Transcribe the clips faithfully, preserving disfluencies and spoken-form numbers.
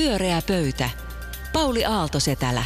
Pyöreä pöytä. Pauli Aalto-Setälä.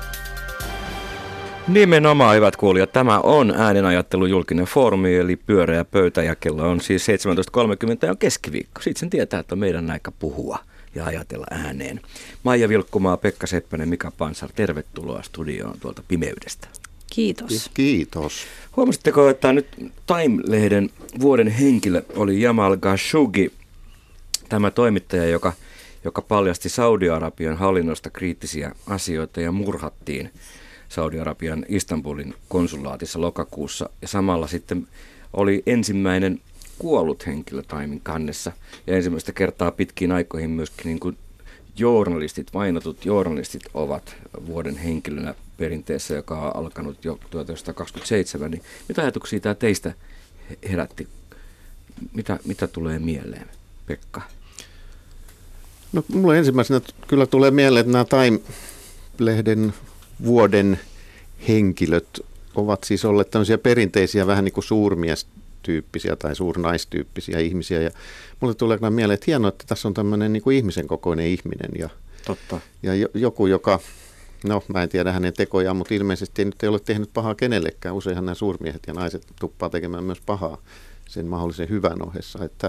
Nimenomaan, hyvät kuulijat. Tämä on Äänenajattelu julkinen foorumi, eli Pyöreä pöytä, ja kello on siis seitsemäntoista kolmekymmentä ja on keskiviikko. Sitten sen tietää, että on meidän aika puhua ja ajatella ääneen. Maija Vilkkumaa, Pekka Seppänen, Mika Pansar, tervetuloa studioon tuolta pimeydestä. Kiitos. Kiitos. Huomasitteko, että nyt Time-lehden vuoden henkilö oli Jamal Khashoggi, tämä toimittaja, joka, joka paljasti Saudi-Arabian hallinnosta kriittisiä asioita ja murhattiin Saudi-Arabian Istanbulin konsulaatissa lokakuussa, ja samalla sitten oli ensimmäinen kuollut henkilö Timen kannessa, ja ensimmäistä kertaa pitkiin aikoihin myöskin niin kuin journalistit, vainotut journalistit ovat vuoden henkilönä perinteessä, joka on alkanut jo tuhatyhdeksänsataakaksikymmentäseitsemän, niin mitä ajatuksia tämä teistä herätti? Mitä, mitä tulee mieleen, Pekka? No, mulle ensimmäisenä kyllä tulee mieleen, että nämä Time-lehden vuoden henkilöt ovat siis olleet tämmöisiä perinteisiä vähän niin kuin suurmiestyyppisiä tai suurnaistyyppisiä ihmisiä. Ja mulle tulee kyllä mieleen, että hienoa, että tässä on tämmöinen niin kuin ihmisen kokoinen ihminen. Ja, Totta. ja joku, joka, no mä en tiedä hänen tekojaan, mutta ilmeisesti ei nyt ei ole tehnyt pahaa kenellekään. Useinhan nämä suurmiehet ja naiset tuppaa tekemään myös pahaa sen mahdollisen hyvän ohessa. Että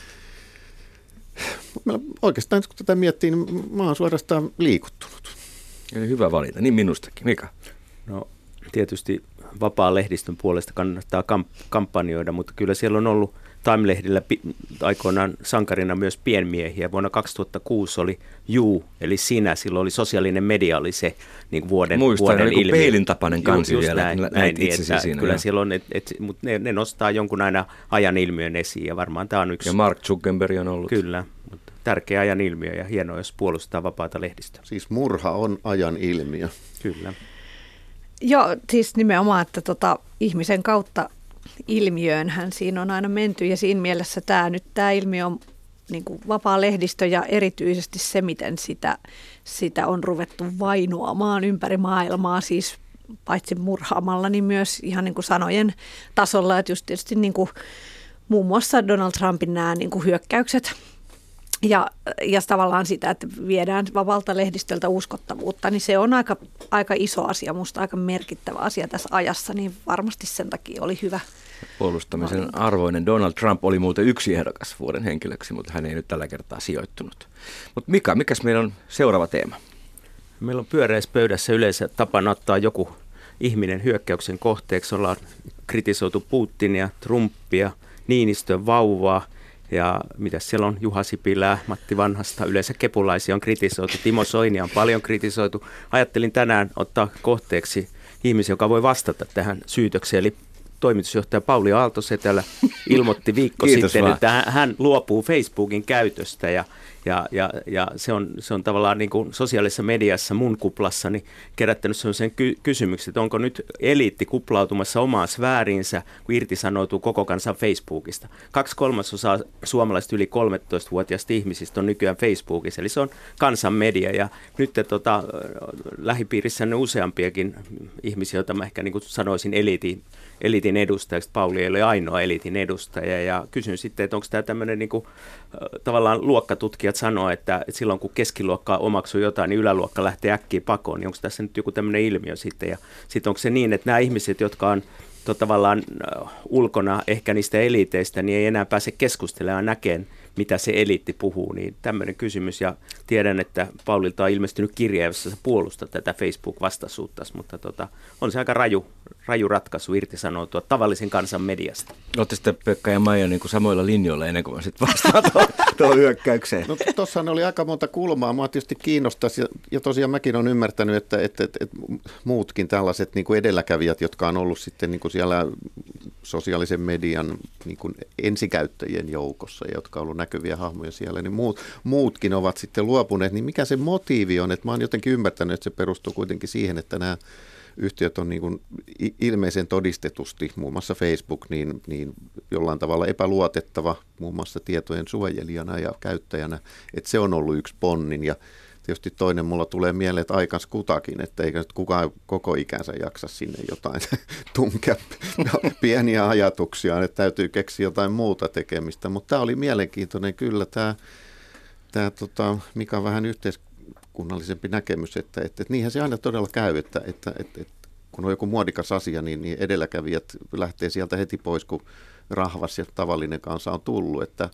oikeastaan kun tätä miettii, niin mä oon suorastaan liikuttunut. Eli hyvä valinta, niin minustakin. Mika? No tietysti vapaan lehdistön puolesta kannattaa kamp- kampanjoida, mutta kyllä siellä on ollut Time-lehdillä pi- aikoinaan sankarina myös pienmiehiä. Vuonna kaksituhattakuusi oli You, eli sinä. Silloin oli sosiaalinen media, oli se niin kuin vuoden, Muistan, vuoden ilmiö. Muistan, peilin tapainen kansi Ju, vielä. Näin, näin niin, että siinä, kyllä jo. Siellä on, et, et, mutta ne, ne nostaa jonkun aina ajan ilmiön esiin, ja varmaan tämä on yksi. Ja Mark Zuckerberg on ollut. Kyllä. Tärkeä ajan ilmiö ja hienoa, jos puolustaa vapaata lehdistöä. Siis murha on ajan ilmiö. Kyllä. Joo, siis nimenomaan, että tota, ihmisen kautta ilmiöönhän siinä on aina menty, ja siinä mielessä tämä nyt tämä ilmiö on niin kuin vapaa lehdistö ja erityisesti se, miten sitä, sitä on ruvettu vainoamaan ympäri maailmaa, siis paitsi murhaamalla, niin myös ihan niin kuin sanojen tasolla, että just tietysti niin kuin muun muassa Donald Trumpin nämä niin kuin hyökkäykset, Ja, ja tavallaan sitä, että viedään vapaalta lehdistöltä uskottavuutta, niin se on aika, aika iso asia, musta aika merkittävä asia tässä ajassa, niin varmasti sen takia oli hyvä. Puolustamisen valinta. Arvoinen Donald Trump oli muuten yksi ehdokas vuoden henkilöksi, mutta hän ei nyt tällä kertaa sijoittunut. Mutta Mika, mikäs meillä on seuraava teema? Meillä on pyöreässä pöydässä yleensä tapana ottaa joku ihminen hyökkäyksen kohteeksi. Ollaan kritisoitu Putinia, Trumpia, Niinistön vauvaa. Ja mitä siellä on, Juha Sipilää, Matti Vanhasta, yleensä kepulaisia on kritisoitu, Timo Soinia on paljon kritisoitu. Ajattelin tänään ottaa kohteeksi ihmisen, joka voi vastata tähän syytökseen, eli toimitusjohtaja Pauli Aalto-Setälä ilmoitti viikko sitten, vaan. että hän luopuu Facebookin käytöstä ja, ja, ja, ja se, on, se on tavallaan niin kuin sosiaalisessa mediassa mun kuplassani kerättänyt sellaisen ky- kysymyksen, että onko nyt eliitti kuplautumassa omaan sfääriinsä, kun irtisanoutuu koko kansan Facebookista. Kaksi kolmasosaa suomalaisista yli kolmetoistavuotiaista ihmisistä on nykyään Facebookissa, eli se on kansan media ja nyt te, tota, lähipiirissä on useampiakin ihmisiä, joita mä ehkä niin kuin sanoisin eliitin eliitin edustajaksi. Pauli ei ole ainoa eliitin edustaja ja kysyn sitten, että onko tämä tämmöinen niin kuin, tavallaan luokkatutkijat sanoo, että, että silloin kun keskiluokka omaksuu jotain, niin yläluokka lähtee äkkiä pakoon, niin onko tässä nyt joku tämmöinen ilmiö sitten ja sitten onko se niin, että nämä ihmiset, jotka on to, tavallaan ulkona ehkä niistä eliiteistä, niin ei enää pääse keskustelemaan näkeen, mitä se eliitti puhuu, niin tämmöinen kysymys. Ja tiedän, että Paulilta on ilmestynyt kirja, jossa sä puolustat tätä Facebook-vastaisuutta, mutta tota, on se aika raju, raju ratkaisu irtisanoutua tavallisen kansan mediasta. Olette sitten Pekka ja Maija niin kuin samoilla linjoilla ennen kuin sitten vastaan tuohon hyökkäykseen. No tuossahan oli aika monta kulmaa. Mua tietysti kiinnostaisi ja, ja tosiaan mäkin olen ymmärtänyt, että, että, että, että muutkin tällaiset niin kuin edelläkävijät, jotka on ollut sitten niin kuin siellä sosiaalisen median niin kuin ensikäyttäjien joukossa, jotka on ollut näkyviä hahmoja siellä, niin muut, muutkin ovat sitten luopuneet. Niin mikä se motiivi on? Että mä oon jotenkin ymmärtänyt, että se perustuu kuitenkin siihen, että nämä yhtiöt on niin kuin ilmeisen todistetusti, muun muassa Facebook, niin, niin jollain tavalla epäluotettava, muun muassa tietojen suojelijana ja käyttäjänä, että se on ollut yksi ponnin. Ja tietysti toinen mulla tulee mieleen, että aikansa kutakin, että eikä nyt kukaan koko ikänsä jaksa sinne jotain tunkea pieniä ajatuksia, että täytyy keksiä jotain muuta tekemistä. Mutta tämä oli mielenkiintoinen kyllä, tämä, tämä tota, mikä on vähän yhteis, valtakunnallisempi näkemys, että, että, että niinhän se aina todella käy, että, että, että, että kun on joku muodikas asia, niin, niin edelläkävijät lähtee sieltä heti pois, kun rahvas ja tavallinen kansa on tullut, että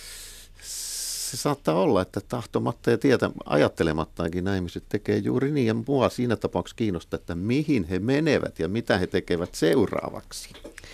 se saattaa olla, että tahtomatta ja tietä, ajattelemattaankin nämä ihmiset tekee juuri niin, ja mua siinä tapauksessa kiinnostaa, että mihin he menevät ja mitä he tekevät seuraavaksi.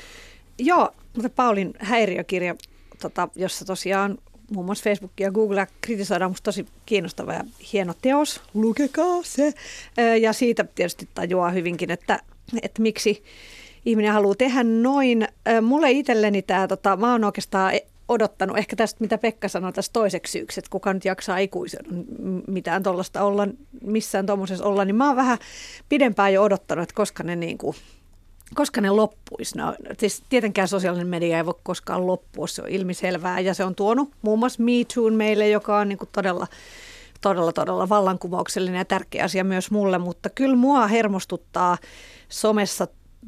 Joo, mutta Paulin häiriökirja, tota, jossa tosiaan muun muassa Facebookia ja Googlea kritisoidaan, musta tosi kiinnostava ja hieno teos. Lukekaa se! Ja siitä tietysti tajuaa hyvinkin, että, että miksi ihminen haluaa tehdä noin. Mulle itselleni tämä, tota, mä oon oikeastaan odottanut ehkä tästä, mitä Pekka sanoi tästä toiseksi syyksi, että kuka nyt jaksaa ikuisen mitään tuollaista olla, missään tuommoisessa olla, niin mä oon vähän pidempään jo odottanut, että koska ne niin kuin koska ne loppuisi. No, siis tietenkään sosiaalinen media ei voi koskaan loppua, se on ilmiselvää ja se on tuonut muun muassa Me Toon meille, joka on niin kuin todella, todella, todella vallankumouksellinen ja tärkeä asia myös mulle, mutta kyllä mua hermostuttaa somessa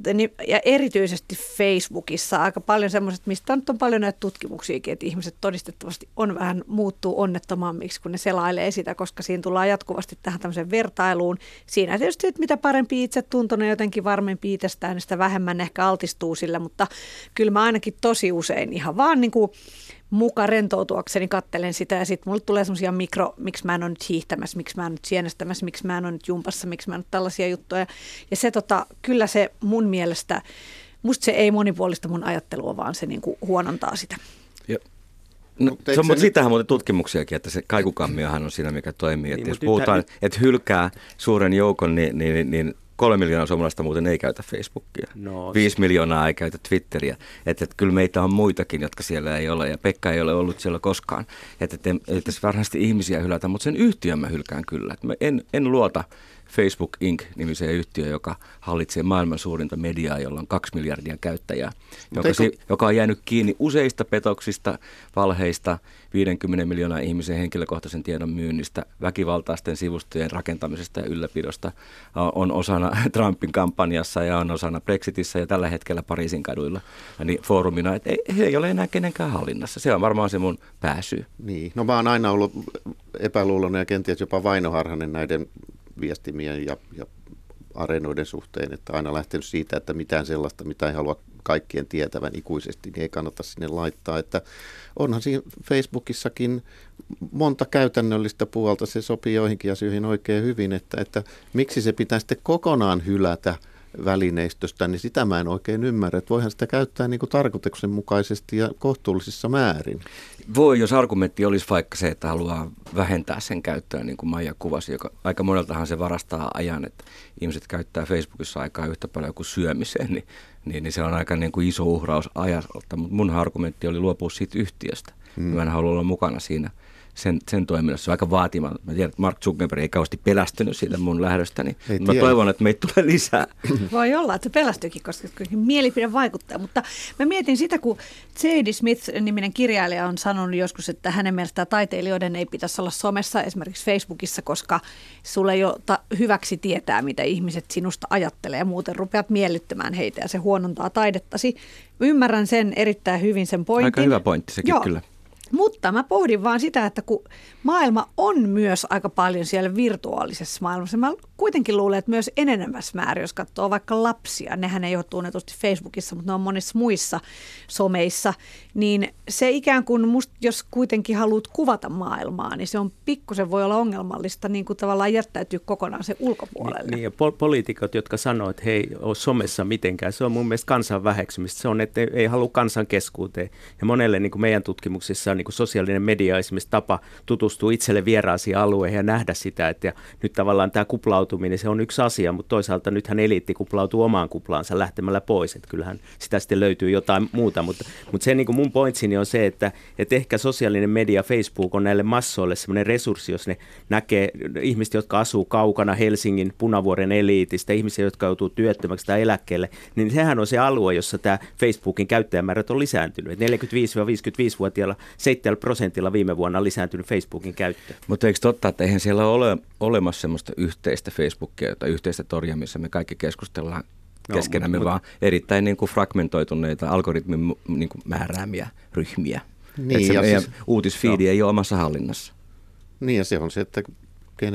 ja erityisesti Facebookissa aika paljon semmoiset, mistä nyt on paljon näitä tutkimuksiakin, että ihmiset todistettavasti on vähän muuttuu onnettomammiksi, kun ne selailee sitä, koska siinä tullaan jatkuvasti tähän tämmöiseen vertailuun. Siinä tietysti, että mitä parempi itsetuntoinen, jotenkin varmempi itsestään, niin sitä vähemmän ehkä altistuu sille, mutta kyllä mä ainakin tosi usein ihan vaan niin kuin muka rentoutuakseni kattelen sitä ja sitten mulle tulee semmoisia mikro, miksi mä en ole nyt hiihtämässä, miksi mä en ole nyt sienestämässä, miksi mä en ole nyt jumpassa, miksi mä en ole tällaisia juttuja. Ja se tota, kyllä se mun mielestä, musta se ei monipuolista mun ajattelua, vaan se niinku huonontaa sitä. Ja, no, se on, mutta sitähän muuten tutkimuksiakin, että se kaikukammiohan on siinä, mikä toimii. Että niin, jos puhutaan, yhtä... että hylkää suuren joukon, niin, niin, niin kolme miljoonaa suomalaista muuten ei käytä Facebookia. No, Viisi miljoonaa ei käytä Twitteriä. Että, että kyllä meitä on muitakin, jotka siellä ei ole. Ja Pekka ei ole ollut siellä koskaan. Että, että ei tässä varmasti ihmisiä hylätä, mutta sen yhtiön mä hylkään kyllä. Että mä en, en luota Facebook Incorporated-nimiseen yhtiöön, joka hallitsee maailman suurinta mediaa, jolla on kaksi miljardia käyttäjää, joka, eikö... si, joka on jäänyt kiinni useista petoksista, valheista, viidenkymmenen miljoonaa ihmisen henkilökohtaisen tiedon myynnistä, väkivaltaisten sivustojen rakentamisesta ja ylläpidosta, on osana Trumpin kampanjassa ja on osana Brexitissä ja tällä hetkellä Pariisin kaduilla niin foorumina, että ei, he ei ole enää kenenkään hallinnassa. Se on varmaan se mun pääsyy. Niin, no mä oon aina ollut epäluuloinen ja kenties jopa vainoharhainen näiden viestimien ja, ja areenoiden suhteen, että aina lähtenyt siitä, että mitään sellaista, mitä ei halua kaikkien tietävän ikuisesti, niin ei kannata sinne laittaa. Että onhan siinä Facebookissakin monta käytännöllistä puolta, se sopii joihinkin asioihin oikein hyvin, että, että miksi se pitää sitten kokonaan hylätä välineistöstä, niin sitä mä en oikein ymmärrä, että voihan sitä käyttää niin kuin tarkoituksenmukaisesti ja kohtuullisissa määrin. Voi, jos argumentti olisi vaikka se, että haluaa vähentää sen käyttöä, niin kuin Maija kuvasi, joka aika moneltahan se varastaa ajan, että ihmiset käyttää Facebookissa aikaa yhtä paljon kuin syömiseen, niin, niin, niin se on aika niin kuin iso uhraus ajalta, mutta mun argumentti oli luopua siitä yhtiöstä. Hmm. Mä en halua olla mukana siinä sen, sen toiminnassa. Se on aika vaatimaton. Mä tiedän, että Mark Zuckerberg ei kauheasti pelästynyt siitä mun lähdöstäni. Mä tiedä. Toivon, että meitä tulee lisää. Voi olla, että se pelästyykin, koska mielipide vaikuttaa. Mutta mä mietin sitä, kun J D. Smith-niminen kirjailija on sanonut joskus, että hänen mielestään taiteilijoiden ei pitäisi olla somessa, esimerkiksi Facebookissa, koska sulle ei ole hyväksi tietää, mitä ihmiset sinusta ajattelee ja muuten rupeat miellyttämään heitä ja se huonontaa taidettasi. Ymmärrän sen erittäin hyvin, sen pointin. Aika hyvä pointti sekin. Joo. Kyllä. Mutta mä pohdin vaan sitä, että kun maailma on myös aika paljon siellä virtuaalisessa maailmassa, mä kuitenkin luulen, että myös enenevässä määrin, jos katsoo vaikka lapsia, nehän ei ole tunnetusti Facebookissa, mutta ne on monissa muissa someissa, niin se ikään kuin musta, jos kuitenkin haluat kuvata maailmaa, niin se on pikkusen voi olla ongelmallista niin kuin tavallaan jättäytyy kokonaan se ulkopuolelle. Niin, ja pol- poliitikot, jotka sanoo, että he ei ole somessa mitenkään, se on mun mielestä kansan väheksymistä, se on, että ei, ei halua kansan keskuuteen. Ja monelle niin kuin meidän tutkimuksissa on niin kuin sosiaalinen media esimerkiksi tapa tutustua itselle vieraisiin alueihin ja nähdä sitä, että ja nyt tavallaan tämä kuplautuminen, se on yksi asia, mutta toisaalta nythän eliitti kuplautuu omaan kuplaansa lähtemällä pois, että kyllähän sitä sitten löytyy jotain muuta, mutta, mutta se niin kuin mun pointsini on se, että, että ehkä sosiaalinen media, Facebook on näille massoille sellainen resurssi, jos ne näkee ihmiset, jotka asuu kaukana Helsingin Punavuoren eliitistä, ihmisiä, jotka joutuu työttömäksi tai eläkkeelle, niin sehän on se alue, jossa tämä Facebookin käyttäjämäärät on lisääntynyt. neljäkymmentäviisi-viisikymmentäviisivuotiailla seitsemän prosentilla viime vuonna on lisääntynyt Facebookin käyttö. Mutta eikö totta, että eihän siellä ole olemassa semmoista yhteistä Facebookia tai yhteistä toria, missä me kaikki keskustellaan keskenämme, no, vaan erittäin niin kuin fragmentoituneita algoritmin niin kuin määräämiä ryhmiä. Niin, että se meidän siis, uutisfiidi ei ole omassa hallinnassa. Niin ja se on se, että kenen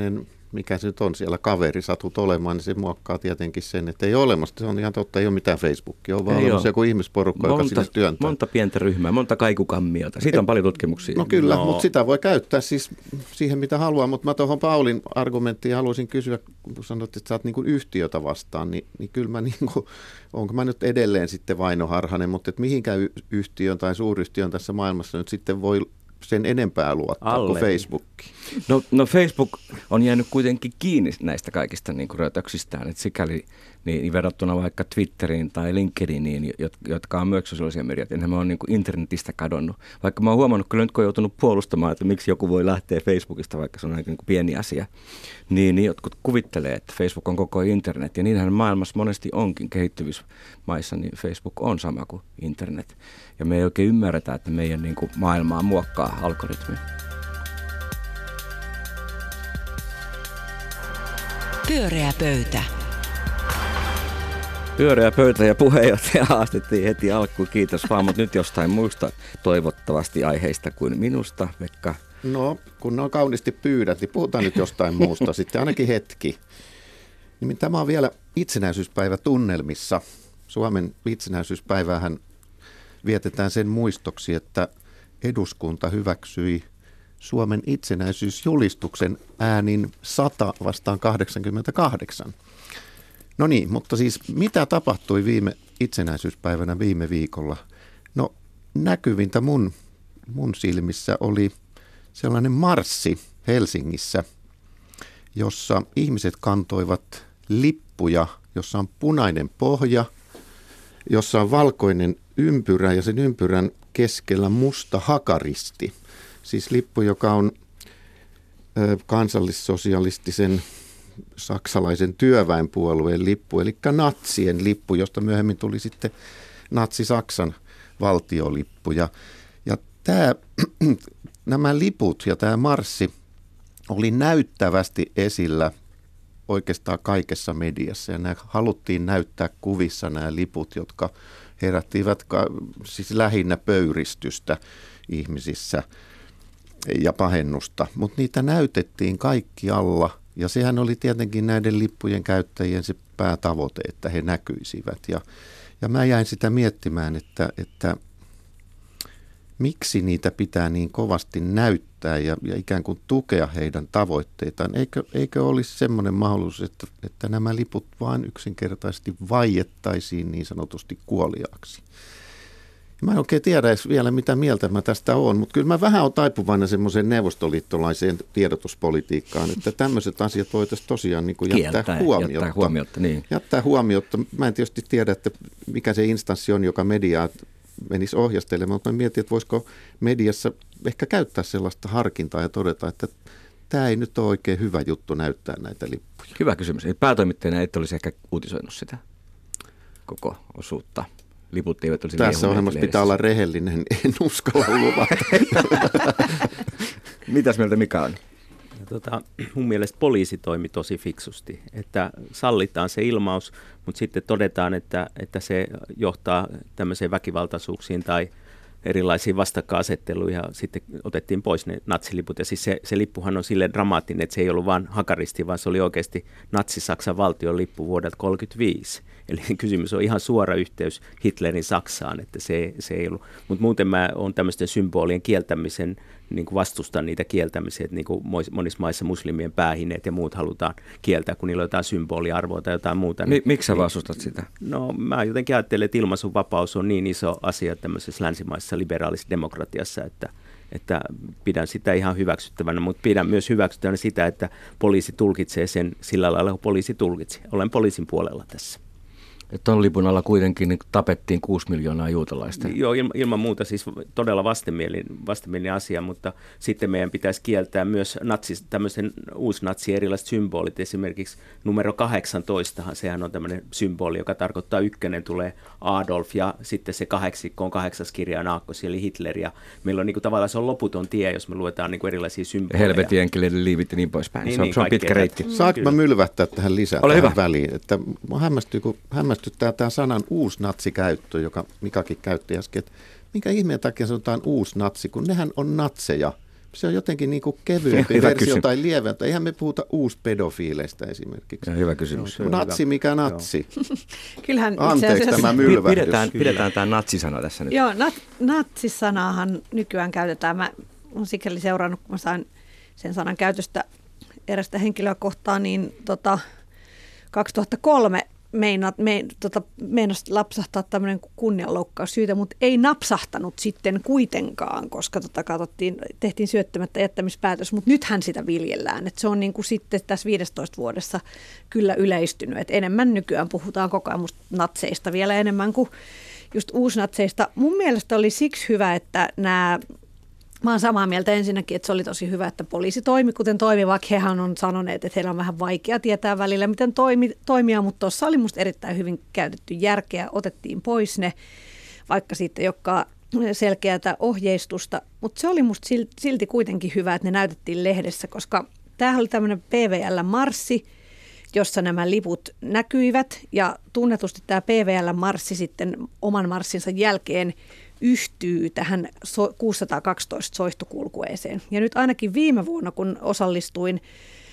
mikä se nyt on siellä, kaveri satut olemaan, niin se muokkaa tietenkin sen, että ei ole olemassa. Se on ihan totta, ei ole mitään Facebookia, on vaan ei olemassa ole. Joku ihmisporukka, monta, joka sinne työntää. Monta pientä ryhmää, monta kaikukammiota. Siitä on Et, paljon tutkimuksia. No kyllä, no. Mutta sitä voi käyttää siis siihen, mitä haluaa. Mutta mä tuohon Paulin argumenttiin haluaisin kysyä, kun sanoit, että sä oot niin kuin yhtiötä vastaan, niin, niin kyllä mä niin kuin, onko mä nyt edelleen sitten vainoharhainen, mutta että mihinkä yhtiön tai suuryhtiön tässä maailmassa nyt sitten voi sen enempää luottaa Alle. kuin Facebookiin. No, no Facebook on jäänyt kuitenkin kiinni näistä kaikista niin kuin röytäksistään, että sikäli niin verrattuna vaikka Twitteriin tai LinkedIniin, jotka on myös sosiaalisia medioita, niin ne on niin kuin internetistä kadonnut. Vaikka mä oon huomannut kyllä nyt, kun on joutunut puolustamaan, että miksi joku voi lähteä Facebookista, vaikka se on aika niin kuin pieni asia, niin, niin jotkut kuvittelee, että Facebook on koko internet, ja niinhän maailmassa monesti onkin kehittyvissä maissa, niin Facebook on sama kuin internet. Ja me ei oikein ymmärretä, että meidän niin kuin maailmaa muokkaa algoritmi. Pyöreä pöytä. Pyöreä pöytä ja puheenjohtaja haastettiin heti alkuun. Kiitos vaan, mutta nyt jostain muista toivottavasti aiheista kuin minusta, Pekka. No, kun ne on kauniisti pyydät, niin puhutaan nyt jostain muusta sitten ainakin hetki. Nimittäin tämä on vielä itsenäisyyspäivä tunnelmissa. Suomen itsenäisyyspäivähän vietetään sen muistoksi, että eduskunta hyväksyi Suomen itsenäisyysjulistuksen äänin sata vastaan kahdeksankymmentäkahdeksan. No niin, mutta siis mitä tapahtui viime itsenäisyyspäivänä viime viikolla? No näkyvintä mun, mun silmissä oli sellainen marssi Helsingissä, jossa ihmiset kantoivat lippuja, jossa on punainen pohja, jossa on valkoinen ympyrä ja sen ympyrän keskellä musta hakaristi. Siis lippu, joka on ö, kansallissosialistisen saksalaisen työväenpuolueen lippu, eli natsien lippu, josta myöhemmin tuli sitten natsi-Saksan valtiolippu. Ja, ja tämä, nämä liput ja tämä marssi oli näyttävästi esillä oikeastaan kaikessa mediassa, ja nämä haluttiin näyttää kuvissa nämä liput, jotka herättivät siis lähinnä pöyristystä ihmisissä ja pahennusta, mutta niitä näytettiin kaikkialla, ja sehän oli tietenkin näiden lippujen käyttäjien se päätavoite, että he näkyisivät. Ja, ja mä jäin sitä miettimään, että, että miksi niitä pitää niin kovasti näyttää ja, ja ikään kuin tukea heidän tavoitteitaan. Eikö, eikö olisi semmoinen mahdollisuus, että, että nämä liput vain yksinkertaisesti vaiettaisiin niin sanotusti kuoliaaksi? Mä en oikein tiedä edes vielä, mitä mieltä mä tästä oon, mutta kyllä mä vähän olen taipuvainen semmoiseen neuvostoliittolaiseen tiedotuspolitiikkaan, että tämmöiset asiat voitaisiin tosiaan niin kuin jättää Kieltää, huomiotta. Jättää huomiotta, niin. Jättää huomiotta. Mä en tietysti tiedä, että mikä se instanssi on, joka mediaa menisi ohjastelemaan, mutta mä mietin, että voisiko mediassa ehkä käyttää sellaista harkintaa ja todeta, että tämä ei nyt ole oikein hyvä juttu näyttää näitä lippuja. Hyvä kysymys. Päätoimittajana et olisi ehkä uutisoinut sitä koko osuutta. Liput eivät olisi Tässä ohjelmassa pitää olla rehellinen, en uskalla luvata. Mitäs mieltä Mika on? Tota, mun mielestä poliisi toimi tosi fiksusti, että sallitaan se ilmaus, mutta sitten todetaan, että, että se johtaa tämmöiseen väkivaltaisuuksiin tai erilaisiin vastakkainasetteluihin, ja sitten otettiin pois ne natsiliput. Ja siis se, se lippuhan on silleen dramaattinen, että se ei ollut vain hakaristi, vaan se oli oikeasti natsi-Saksan valtion lippu vuodelta tuhatyhdeksänsataakolmekymmentäviisi. Eli kysymys on ihan suora yhteys Hitlerin Saksaan, että se, se ei ollut. Mutta muuten mä oon tämmöisten symbolien kieltämisen, niin kuin vastustan niitä kieltämisiä, että niin kuin monissa maissa muslimien päähineet ja muut halutaan kieltää, kun niillä on jotain symboliarvoa tai jotain muuta. Mi- miksi sä vastustat sitä? No mä jotenkin ajattelen, että ilmaisunvapaus on niin iso asia tämmöisessä länsimaisessa liberaalisessa demokratiassa, että, että pidän sitä ihan hyväksyttävänä, mutta pidän myös hyväksyttävänä sitä, että poliisi tulkitsee sen sillä lailla, kun poliisi tulkitsi. Olen poliisin puolella tässä. Tuon lipun alla kuitenkin niin tapettiin kuusi miljoonaa juutalaista. Joo, ilman, ilman muuta siis todella vastenmielinen, vastenmielinen asia, mutta sitten meidän pitäisi kieltää myös natsis, tämmöisen uusnatsien erilaiset symbolit. Esimerkiksi numero kahdeksantoista, sehän on tämmöinen symboli, joka tarkoittaa ykkönen tulee Adolf ja sitten se kahdeksikko on kahdeksas kirja Naakkosi eli Hitler. Ja meillä on niin kuin, tavallaan se on loputon tie, jos me luetaan niin kuin erilaisia symboleja. Helvetin enkeleiden liivit ja niin poispäin. Niin, se on, niin, se on pitkä reitti. Saanko mä mylvähtää tähän lisää Ole tähän hyvä. väliin? Että mä hämmästyy, kun hämmästyy tämä sanan uusnatsikäyttö, joka Mikakin käytti äsken, että minkä ihmeen takia sanotaan uusnatsi, kun nehän on natseja. se on jotenkin niin kuin kevyempi Hyvä versio kysymys. tai lievempi. Eihän me puhuta uuspedofiileista esimerkiksi. Ja hyvä kysymys. Joo, Natsi mikä natsi. Kyllähän itse Anteeksi asiassa- tämä Pi- mylvähdys. Pidetään, pidetään tämä natsisana tässä nyt. Joo, nat, natsisanaahan nykyään käytetään. Mä olen sikäli seurannut, kun mä sain sen sanan käytöstä erästä henkilöä kohtaan, niin tota, kaksituhattakolme meinat, mein, tota, meinasi lapsahtaa tämmöinen kunnianloukkaus syytä, mutta ei napsahtanut sitten kuitenkaan, koska tota, katsottiin, tehtiin syöttämättä jättämispäätös, mutta nythän sitä viljellään. Et se on niin kuin sitten tässä viidessätoista vuodessa kyllä yleistynyt. Et enemmän nykyään puhutaan koko ajan musta natseista vielä enemmän kuin just uusnatseista. Mun mielestä oli siksi hyvä, että nämä... Mä oon samaa mieltä ensinnäkin, että se oli tosi hyvä, että poliisi toimi, kuten toimi, vaikka hehän on sanoneet, että heillä on vähän vaikea tietää välillä, miten toimi, toimia, mutta tuossa oli musta erittäin hyvin käytetty järkeä, otettiin pois ne, vaikka siitä ei olekaan selkeää ohjeistusta, mutta se oli musta silti kuitenkin hyvä, että ne näytettiin lehdessä, koska tämähän oli tämmöinen P V L-marssi, jossa nämä liput näkyivät, ja tunnetusti tämä P V L-marssi sitten oman marssinsa jälkeen yhtyy tähän kuusisataakaksitoista soihtukulkueeseen. Ja nyt ainakin viime vuonna, kun osallistuin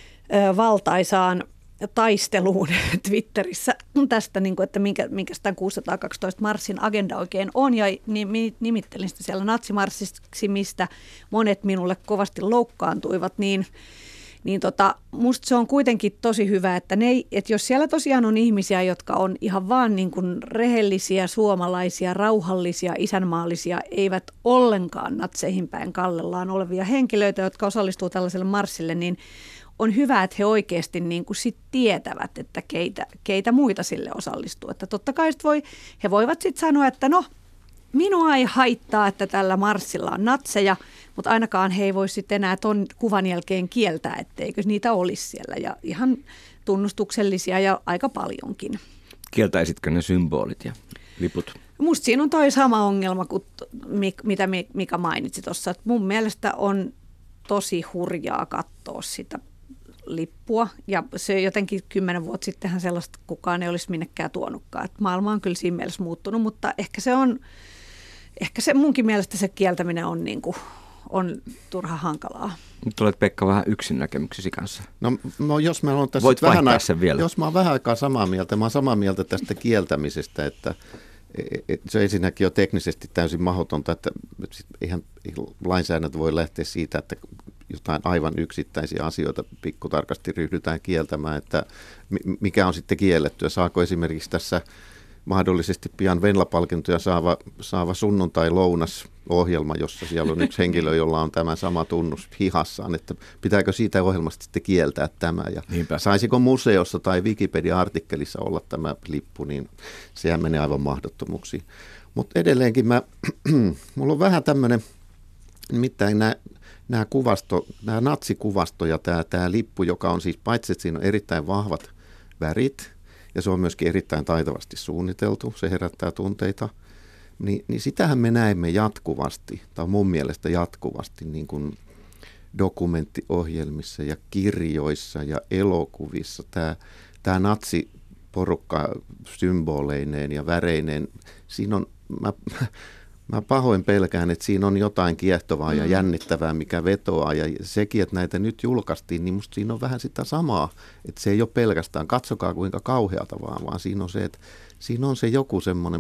ö, valtaisaan taisteluun Twitterissä tästä, niin kuin, että minkä, minkä tämän kuusisataakaksitoista marssin agenda oikein on, ja nimittelin sitä siellä natsimarssiksi, mistä monet minulle kovasti loukkaantuivat, niin niin tota, musta se on kuitenkin tosi hyvä, että, ne, että jos siellä tosiaan on ihmisiä, jotka on ihan vaan niin kuin rehellisiä, suomalaisia, rauhallisia, isänmaallisia, eivät ollenkaan natseihin päin kallellaan olevia henkilöitä, jotka osallistuu tällaiselle marssille, niin on hyvä, että he oikeasti niin kuin sit tietävät, että keitä, keitä muita sille osallistuu. Että totta kai sit voi, he voivat sitten sanoa, että no, minua ei haittaa, että tällä marssilla on natseja, mutta ainakaan he ei voi sitten enää ton kuvan jälkeen kieltää, etteikö niitä olisi siellä. Ja ihan tunnustuksellisia ja aika paljonkin. Kieltäisitkö ne symbolit ja liput? Musta siinä on toi sama ongelma kuin mitä Mika mainitsi tuossa. Mun mielestä on tosi hurjaa katsoa sitä lippua. Ja se jotenkin kymmenen vuotta sittenhän sellaista kukaan ei olisi minnekään tuonutkaan. Et maailma on kyllä siinä mielessä muuttunut, mutta ehkä se on, ehkä se munkin mielestä se kieltäminen on, niin kuin, on turha hankalaa. Nyt olet, Pekka, vähän yksin näkemyksesi kanssa. No, no jos mä olen tässä Voit vähän vaihtaa aikaa, sen vielä. Jos mä oon vähän aikaa samaa mieltä, mä oon samaa mieltä tästä kieltämisestä, että et se ensinnäkin on teknisesti täysin mahdotonta, että eihän lainsäädäntö voi lähteä siitä, että jotain aivan yksittäisiä asioita pikkutarkasti ryhdytään kieltämään, että mikä on sitten kiellettyä. Saako esimerkiksi tässä mahdollisesti pian Venla-palkintoja saava, saava sunnuntai-lounas-ohjelma, jossa siellä on yksi henkilö, jolla on tämä sama tunnus hihassaan, että pitääkö siitä ohjelmasta sitten kieltää tämä. Ja saisiko museossa tai Wikipedia-artikkelissa olla tämä lippu, niin sehän menee aivan mahdottomuksiin. Mutta edelleenkin mä, mulla on vähän tämmöinen, nimittäin nämä Nämä, kuvasto, nämä natsikuvasto ja tämä, tämä lippu, joka on siis paitsi, että siinä on erittäin vahvat värit ja se on myöskin erittäin taitavasti suunniteltu, se herättää tunteita, niin, niin sitähän me näemme jatkuvasti, tai mun mielestä jatkuvasti niin kuin dokumenttiohjelmissa ja kirjoissa ja elokuvissa. Tämä, tämä natsiporukka symboleineen ja väreineen, siinä on... Mä, Mä pahoin pelkään, että siinä on jotain kiehtovaa ja jännittävää, mikä vetoaa. Ja sekin, että näitä nyt julkaistiin, niin musta siinä on vähän sitä samaa. Että se ei ole pelkästään, katsokaa kuinka kauheata vaan, vaan siinä on se, että siinä on se joku semmoinen,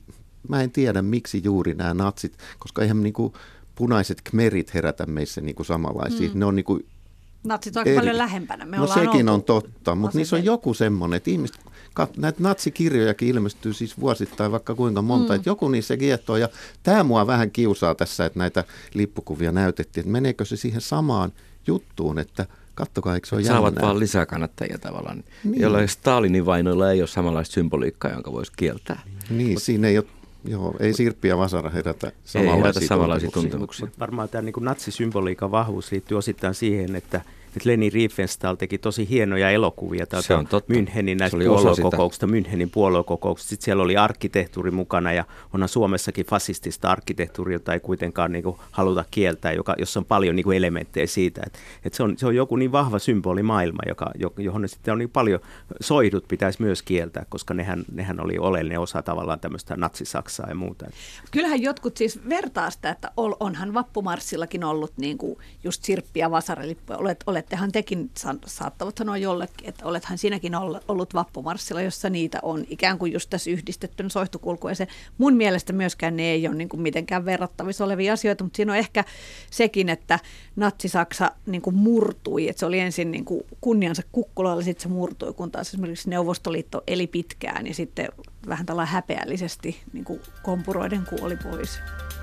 mä en tiedä miksi juuri nämä natsit, koska eihän niinku punaiset kmerit herätä meissä niinku samanlaisia. Mm. Ne on niinku natsit on aika paljon lähempänä. Me no ollaan sekin oltu on totta, mutta niissä on joku semmoinen, että ihmiset, näitä natsikirjojakin ilmestyy siis vuosittain vaikka kuinka monta, mm. että joku niissä kiehtoo. Ja tämä mua vähän kiusaa tässä, että näitä lippukuvia näytettiin, että meneekö se siihen samaan juttuun, että kattokaa, eikö se ole jännää. Saavat vaan lisää kannattajia tavallaan, niin. Jollain Stalinin vainoilla ei ole samanlaista symboliikkaa, jonka voisi kieltää. Niin, Mut, siinä ei ole. Joo, ei Sirppi ja Vasara herätä samanlaisia, herätä samanlaisia tuntemuksia. Mutta varmaan tämä niin kuin natsisymboliikan vahvuus liittyy osittain siihen, että että Leni Riefenstahl teki tosi hienoja elokuvia täältä Münchenin näistä puoluekokouksista, Münchenin puoluekokouksista. Sitten siellä oli arkkitehtuuri mukana ja onhan Suomessakin fasistista arkkitehtuuria, jota ei kuitenkaan niin kuin haluta kieltää, joka, jossa on paljon niin kuin elementtejä siitä, että, että se, on, se on joku niin vahva symbolimaailma, joka, johon sitten on niin paljon soihdut pitäisi myös kieltää, koska nehän, nehän oli oleellinen osa tavallaan tämmöistä natsi-Saksaa ja muuta. Kyllähän jotkut siis vertaa sitä, että onhan vappumarssillakin ollut niin kuin just sirppi ja vasaralippuja. Olet, olettehan tekin saattavat sanoa jollekin, että olethan sinäkin ollut vappumarssilla, jossa niitä on ikään kuin just tässä yhdistettynä soihtukulku. Ja se mun mielestä myöskään ne ei ole niin kuin mitenkään verrattavissa olevia asioita, mutta siinä on ehkä sekin, että natsi-Saksa niin kuin murtui, että se oli ensin niin kuin kunniansa kukkulalle, sitten se murtui, kun taas esimerkiksi Neuvostoliitto eli pitkään ja sitten vähän tällainen häpeällisesti niin kuin kompuroiden kuoli pois.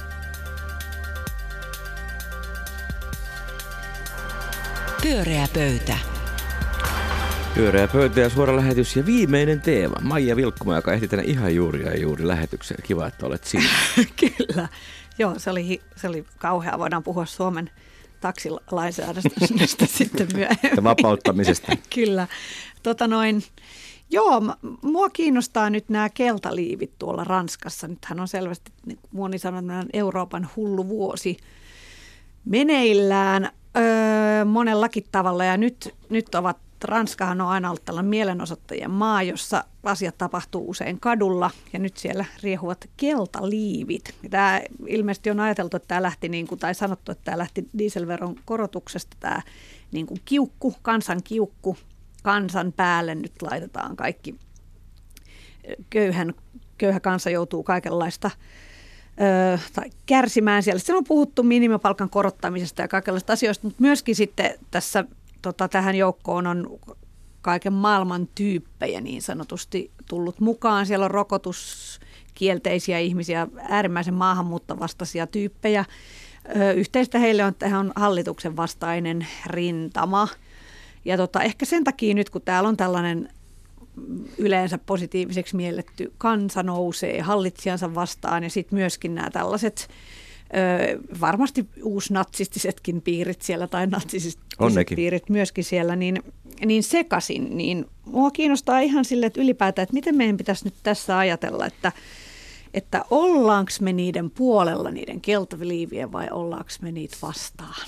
Pyöreä pöytä. Pyöreä pöytä ja suora lähetys ja viimeinen teema. Maija Vilkkuma, joka ehti tänne ihan juuri ja juuri lähetykseen. Kiva, että olet siinä. Kyllä. Joo, se oli, se oli kauheaa. Voidaan puhua Suomen taksilainsäädännöstä sitten myöhemmin. Vapauttamisesta. Kyllä. Tota noin, joo, mua kiinnostaa nyt nämä keltaliivit tuolla Ranskassa. Nythän on selvästi, niin moni sanoo, Euroopan hullu vuosi meneillään öö, monellakin tavalla. Ja nyt, nyt ovat, Ranskahan on aina ollut tällainen mielenosoittajien maa, jossa asiat tapahtuu usein kadulla. Ja nyt siellä riehuvat keltaliivit. Ja tämä ilmeisesti on ajateltu, että tämä lähti, niin kuin, tai sanottu, että tämä lähti dieselveron korotuksesta, tämä niin kuin kiukku, kansan kiukku. Kansan päälle nyt laitetaan kaikki, köyhän, köyhä kansa joutuu kaikenlaista ö, tai kärsimään siellä. Sitten on puhuttu minimipalkan korottamisesta ja kaikenlaista asioista, mutta myöskin sitten tässä tota, tähän joukkoon on kaiken maailman tyyppejä niin sanotusti tullut mukaan. Siellä on rokotuskielteisiä ihmisiä, äärimmäisen maahanmuuttovastaisia tyyppejä. Ö, yhteistä heille on, että he on hallituksen vastainen rintama. Ja tota, ehkä sen takia nyt, kun täällä on tällainen yleensä positiiviseksi mielletty kansa nousee hallitsijansa vastaan ja sitten myöskin nämä tällaiset ö, varmasti uusnatsistisetkin piirit siellä tai natsistiset piirit myöskin siellä, niin, niin sekaisin, niin mua kiinnostaa ihan sille, että ylipäätään, että miten meidän pitäisi nyt tässä ajatella, että että ollaanko me niiden puolella, niiden keltaliivien vai ollaanko me niitä vastaan?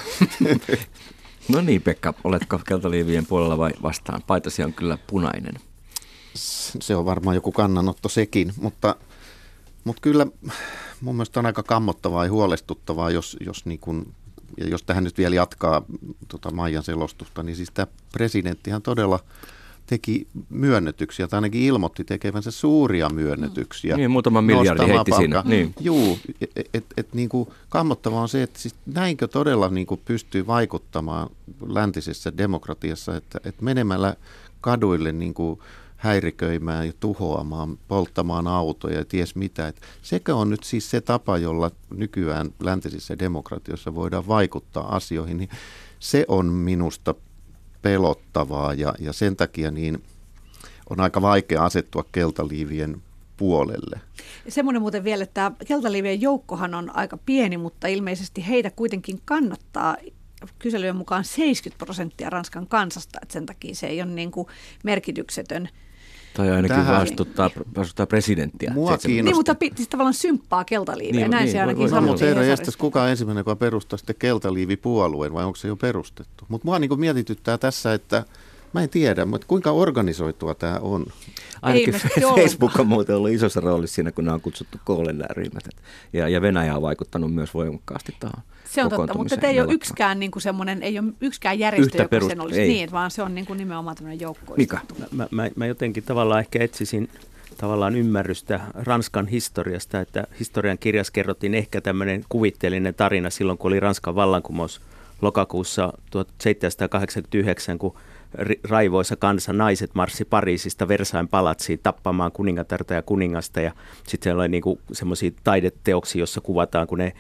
No niin, Pekka, oletko keltaliivien puolella vai vastaan? Paitasi on kyllä punainen. Se on varmaan joku kannanotto sekin, mutta, mutta kyllä mun mielestä on aika kammottavaa ja huolestuttavaa, jos, jos, niin kun, ja jos tähän nyt vielä jatkaa tota Maijan selostusta, niin siis tämä presidenttihan todella teki myönnytyksiä, tai ainakin ilmoitti tekevänsä suuria myönnytyksiä. Niin, muutama miljardi heitti siinä. Niin. Juu, että et, et, niin kuin kammottavaa on se, että siis näinkö todella niin kuin pystyy vaikuttamaan läntisessä demokratiassa, että et menemällä kaduille niin kuin häiriköimään ja tuhoamaan, polttamaan autoja ja ties mitä. Et sekö on nyt siis se tapa, jolla nykyään läntisissä demokratioissa voidaan vaikuttaa asioihin, niin se on minusta pelottavaa ja, ja sen takia niin on aika vaikea asettua keltaliivien puolelle. Semmoinen muuten vielä, että tämä keltaliivien joukkohan on aika pieni, mutta ilmeisesti heitä kuitenkin kannattaa kyselyjen mukaan seitsemänkymmentä prosenttia Ranskan kansasta, että sen takia se ei ole niin kuin merkityksetön. Tai ainakin Tähän, vastuttaa, vastuttaa presidenttiä. Mua niin, mutta siis tavallaan symppaa keltaliivejä. Niin, Näin niin, se ainakin sanottiin. sanottiin. Mutta Heera, kuka ensimmäinen, joka perustaa sitten keltaliivipuolueen, vai onko se jo perustettu? Mutta mua niin mietityttää tässä, että mä en tiedä, mutta kuinka organisoitua tämä on? Ainakin Facebook on muuten ollut isossa roolissa siinä, kun nämä on kutsuttu koolle nämä ryhmät. Ja, ja Venäjä on vaikuttanut myös voimakkaasti tähän. Se on totta, mutta ei ole yksikään, niin kuin semmoinen, ei ole yksikään järjestö, Yhtä joka perust- sen olisi ei. niin, vaan se on niin kuin nimenomaan tämmöinen joukko. Mika? Mä, mä, mä jotenkin tavallaan ehkä etsisin tavallaan ymmärrystä Ranskan historiasta, että historian kirjassa kerrottiin ehkä tämmöinen kuvitteellinen tarina silloin, kun oli Ranskan vallankumous lokakuussa tuhatseitsemänsataakahdeksankymmentäyhdeksän, kun raivoisa kansa naiset marssi Pariisista Versailles palatsiin tappamaan kuningatarta ja kuningasta, ja sitten siellä oli niinku semmoisia taideteoksia, jossa kuvataan, kun ne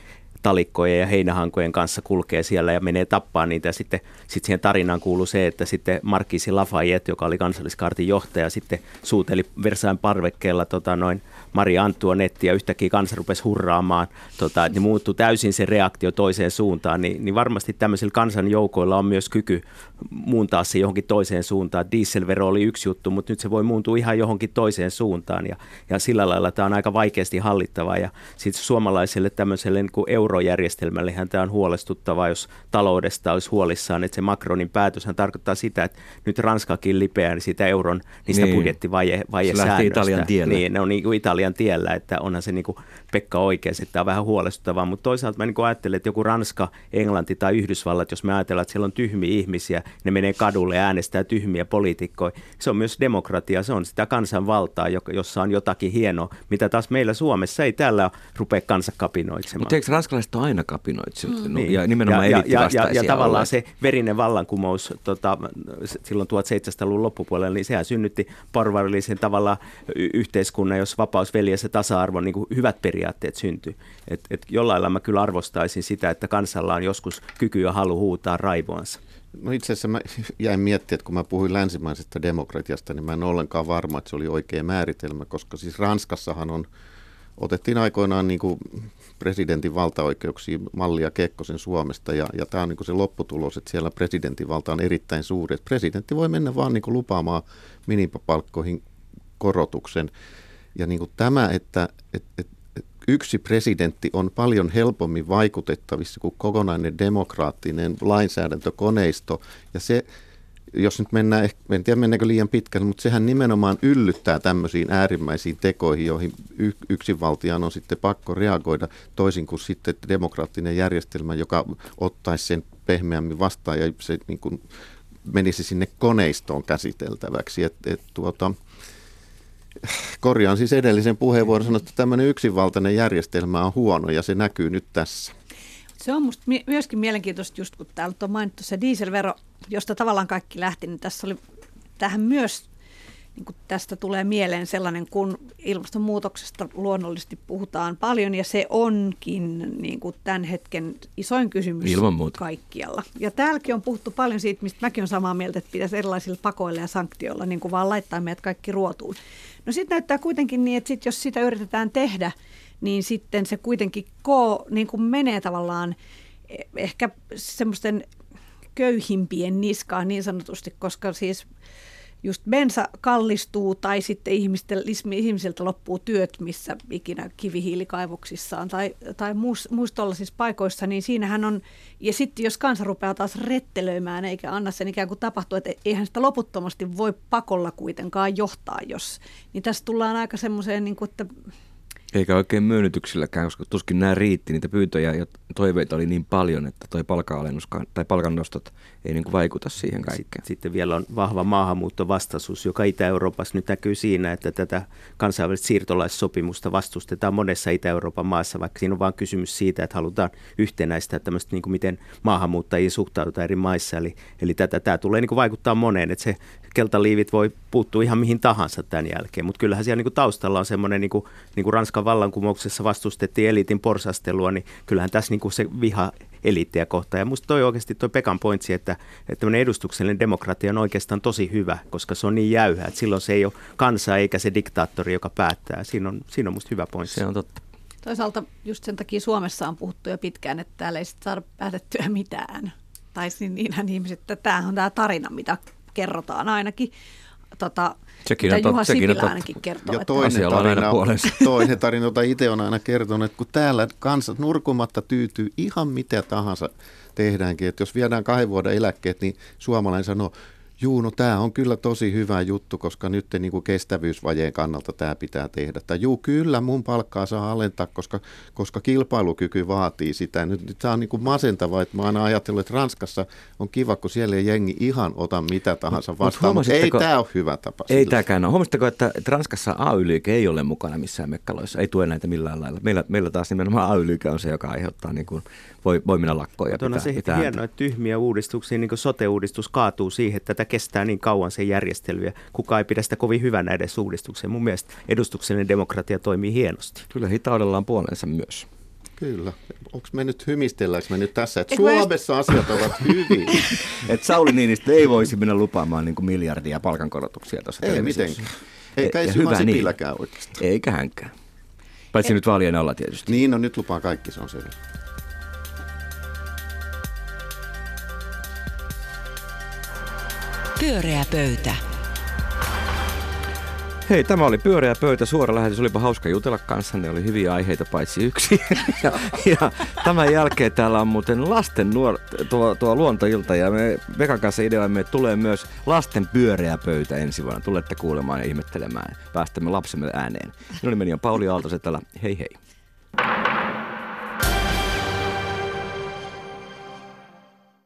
talikkojen ja heinähankojen kanssa kulkee siellä ja menee tappaa niitä. Ja sitten sit siihen tarinaan kuuluu se, että sitten Markisi Lafayette, joka oli kansalliskaartin johtaja, sitten suuteli Versailles parvekkeella tota, noin Marie Antoinette ja yhtäkkiä kansa rupesi hurraamaan, tota, että niin muuttui täysin se reaktio toiseen suuntaan, niin, niin varmasti tämmöisillä kansanjoukoilla on myös kyky muuntaa se johonkin toiseen suuntaan. Dieselvero oli yksi juttu, mutta nyt se voi muuntua ihan johonkin toiseen suuntaan ja, ja sillä lailla tämä on aika vaikeasti hallittavaa ja sitten suomalaiselle tämmöiselle niin kuin eurojärjestelmällehän tämä on huolestuttavaa, jos taloudesta olisi huolissaan, että se Macronin päätöshän tarkoittaa sitä, että nyt Ranskakin lipeää sitä euron niistä niin. budjettivajesäännöistä. Se lähti Italian tiellä. Niin, ne on niin kuin Italian tiellä, että onhan se niin kuin Pekka oikeassa, että tämä on vähän huolestuttavaa, mutta toisaalta mä niin kuin ajattelen, että joku Ranska, Englanti tai Yhdysvallat, jos me ajatellaan, että siellä on tyhmiä ihmisiä, ne menee kadulle ja äänestää tyhmiä poliitikkoja, se on myös demokratia, se on sitä kansanvaltaa, jossa on jotakin hienoa, mitä taas meillä Suomessa ei täällä rupea kansa kapinoitsemaan. Mutta eikö ranskalaiset ole aina kapinoitsemaan? Mm, niin. Ja nimenomaan ja, ja, ja, ja tavallaan olleet. Se verinen vallankumous tota, silloin tuhatseitsemänsataaluvun loppupuolella, niin sehän synnytti porvarillisen tavalla y- yhteiskunnan, jos vapaus, veljes ja tasa-arvo, niin kuin hyvät periaatteet syntyi. Et, et jollain lailla mä kyllä arvostaisin sitä, että kansalla on joskus kyky ja halu huutaa raivoansa. No itse asiassa mä jäin miettimään, että kun mä puhuin länsimaisesta demokratiasta, niin mä en ollenkaan varma, että se oli oikea määritelmä, koska siis Ranskassahan on, otettiin aikoinaan niin kuin presidentin valtaoikeuksia mallia Kekkosen Suomesta, ja, ja tämä on niin kuin se lopputulos, että siellä presidentin valta on erittäin suuri. Että presidentti voi mennä vaan niin kuin lupaamaan minimipalkkoihin korotuksen, ja niin kuin tämä, että et, et, yksi presidentti on paljon helpommin vaikutettavissa kuin kokonainen demokraattinen lainsäädäntökoneisto. Ja se, jos nyt mennään, en tiedä mennäänkö liian pitkälle, mutta sehän nimenomaan yllyttää tämmöisiin äärimmäisiin tekoihin, joihin yksinvaltiaan on sitten pakko reagoida, toisin kuin sitten demokraattinen järjestelmä, joka ottaisi sen pehmeämmin vastaan ja se niin kuin menisi sinne koneistoon käsiteltäväksi. Et, et tuota... Korjaan siis edellisen puheenvuoron, sanoa, että tämmöinen yksinvaltainen järjestelmä on huono ja se näkyy nyt tässä. Se on musta myöskin mielenkiintoista, just kun täällä on mainittu se dieselvero, josta tavallaan kaikki lähti, niin tässä oli tähän myös, niin kuin tästä tulee mieleen sellainen, kun ilmastonmuutoksesta luonnollisesti puhutaan paljon ja se onkin niin kuin tämän hetken isoin kysymys kaikkialla. Ja täälläkin on puhuttu paljon siitä, mistä mäkin olen samaa mieltä, että pitäisi erilaisilla pakoilla ja sanktioilla niin kuin vaan laittaa meidät kaikki ruotuun. No sitten näyttää kuitenkin niin, että sit, jos sitä yritetään tehdä, niin sitten se kuitenkin ko, niin kuin menee tavallaan ehkä semmoisten köyhimpien niskaan niin sanotusti, koska siis just bensa kallistuu tai sitten ihmisiltä loppuu työt, missä ikinä kivihiilikaivoksissa on tai, tai muissa tuollaisissa paikoissa, niin siinähän on, ja sitten jos kansa rupeaa taas rettelöimään eikä anna sen ikään kuin tapahtua, että eihän sitä loputtomasti voi pakolla kuitenkaan johtaa, jos, niin tässä tullaan aika semmoiseen, niin kuin, että eikä oikein myönnytyksilläkään, koska tuskin nämä riitti, niitä pyyntöjä ja toiveita oli niin paljon, että toi palkanalennus tai palkannostot ei niin kuin vaikuta siihen kaikkeen. Sitten vielä on vahva maahanmuuttovastaisuus, joka Itä-Euroopassa nyt näkyy siinä, että tätä kansainvälistä siirtolaissopimusta vastustetaan monessa Itä-Euroopan maassa, vaikka siinä on vain kysymys siitä, että halutaan yhtenäistää tämmöistä, niin kuin miten maahanmuuttajiin suhtaudutaan eri maissa. Eli, eli tätä, tämä tulee niin kuin vaikuttaa moneen, että se keltaliivit voi puuttua ihan mihin tahansa tämän jälkeen, mutta kyllähän siellä niin kuin taustalla on semmoinen, niin kuin, niin kuin Ranskan vallankumouksessa vastustettiin eliitin porsastelua, niin kyllähän tässä niin kuin se viha eliittiä kohtaan. Ja musta toi oikeasti toi Pekan pointsi, että, että tämmöinen edustuksellinen demokratia on oikeastaan tosi hyvä, koska se on niin jäyhä, että silloin se ei ole kansa eikä se diktaattori, joka päättää. Siinä on, siinä on musta hyvä pointsi. Se on totta. Toisaalta just sen takia Suomessa on puhuttu jo pitkään, että täällä ei sit saada päätettyä mitään. Tai niinhän ihmiset, että tämähän on tämä tarina, mitä kerrotaan ainakin. Tota, sekin on Juha totta, Sipilä sekin ainakin kertoo. Ja toinen tarina, toinen tarina, jota itse on aina kertonut, että kun täällä kansat nurkumatta tyytyy ihan mitä tahansa tehdäänkin. Että jos viedään kahden vuoden eläkkeet, niin suomalainen sanoo, juu, no tämä on kyllä tosi hyvä juttu, koska nyt niin kuin kestävyysvajeen kannalta tämä pitää tehdä. Tai juu, kyllä mun palkkaa saa alentaa, koska, koska kilpailukyky vaatii sitä. Nyt, nyt tämä on niin kuin masentavaa, että mä aina ajatellut, että Ranskassa on kiva, kun siellä ei jengi ihan ota mitä tahansa vastaan, mutta ei tämä ole hyvä tapa. Ei tämäkään ole. Huomasitteko, että, että Ranskassa A Y-liike ei ole mukana missään mekkaloissa, ei tue näitä millään lailla. Meillä, meillä taas nimenomaan A Y-liike on se, joka aiheuttaa niin kuin, voi, voi mennä lakkoon ja pitää, se pitää hienoa, että tyhmiä uudistuksia, niin kuin sote-uudistus kaatuu siihen, että tätä kestää niin kauan sen järjestely ja kukaan ei pidä sitä kovin hyvänä edes uudistukseen. Mun mielestä edustuksellinen demokratia toimii hienosti. Kyllä hitaudella on puolensa myös. Kyllä. Onko me nyt hymistelläänkö me nyt tässä, että Eikö mä Suomessa asiat ovat hyvin? Että Sauli Niinistö ei voisi mennä lupaamaan niin kuin miljardia palkankorotuksia tuossa Ei televisiossa. mitenkään. Eikä Ja edes hyvä Juha niin. Sipiläkään oikeastaan. Eikä hänkään. Paitsi nyt vaalien alla tietysti. Niin, no nyt lupaa kaikki, se on selvä. Pyöreä pöytä. Hei, tämä oli Pyöreä pöytä, suora lähetys. Olipa hauska jutella kanssanne, oli hyviä aiheita paitsi yksi. ja, ja tämän jälkeen täällä on muuten lasten nuor, tuo, tuo luontoilta ja me Vekan kanssa ideoimme, että tulee myös lasten pyöreä pöytä ensi vuonna. Tulette kuulemaan ja ihmettelemään. Päästämme lapsemme ääneen. Minun nimeni on Pauli Aaltosetälä. Hei hei.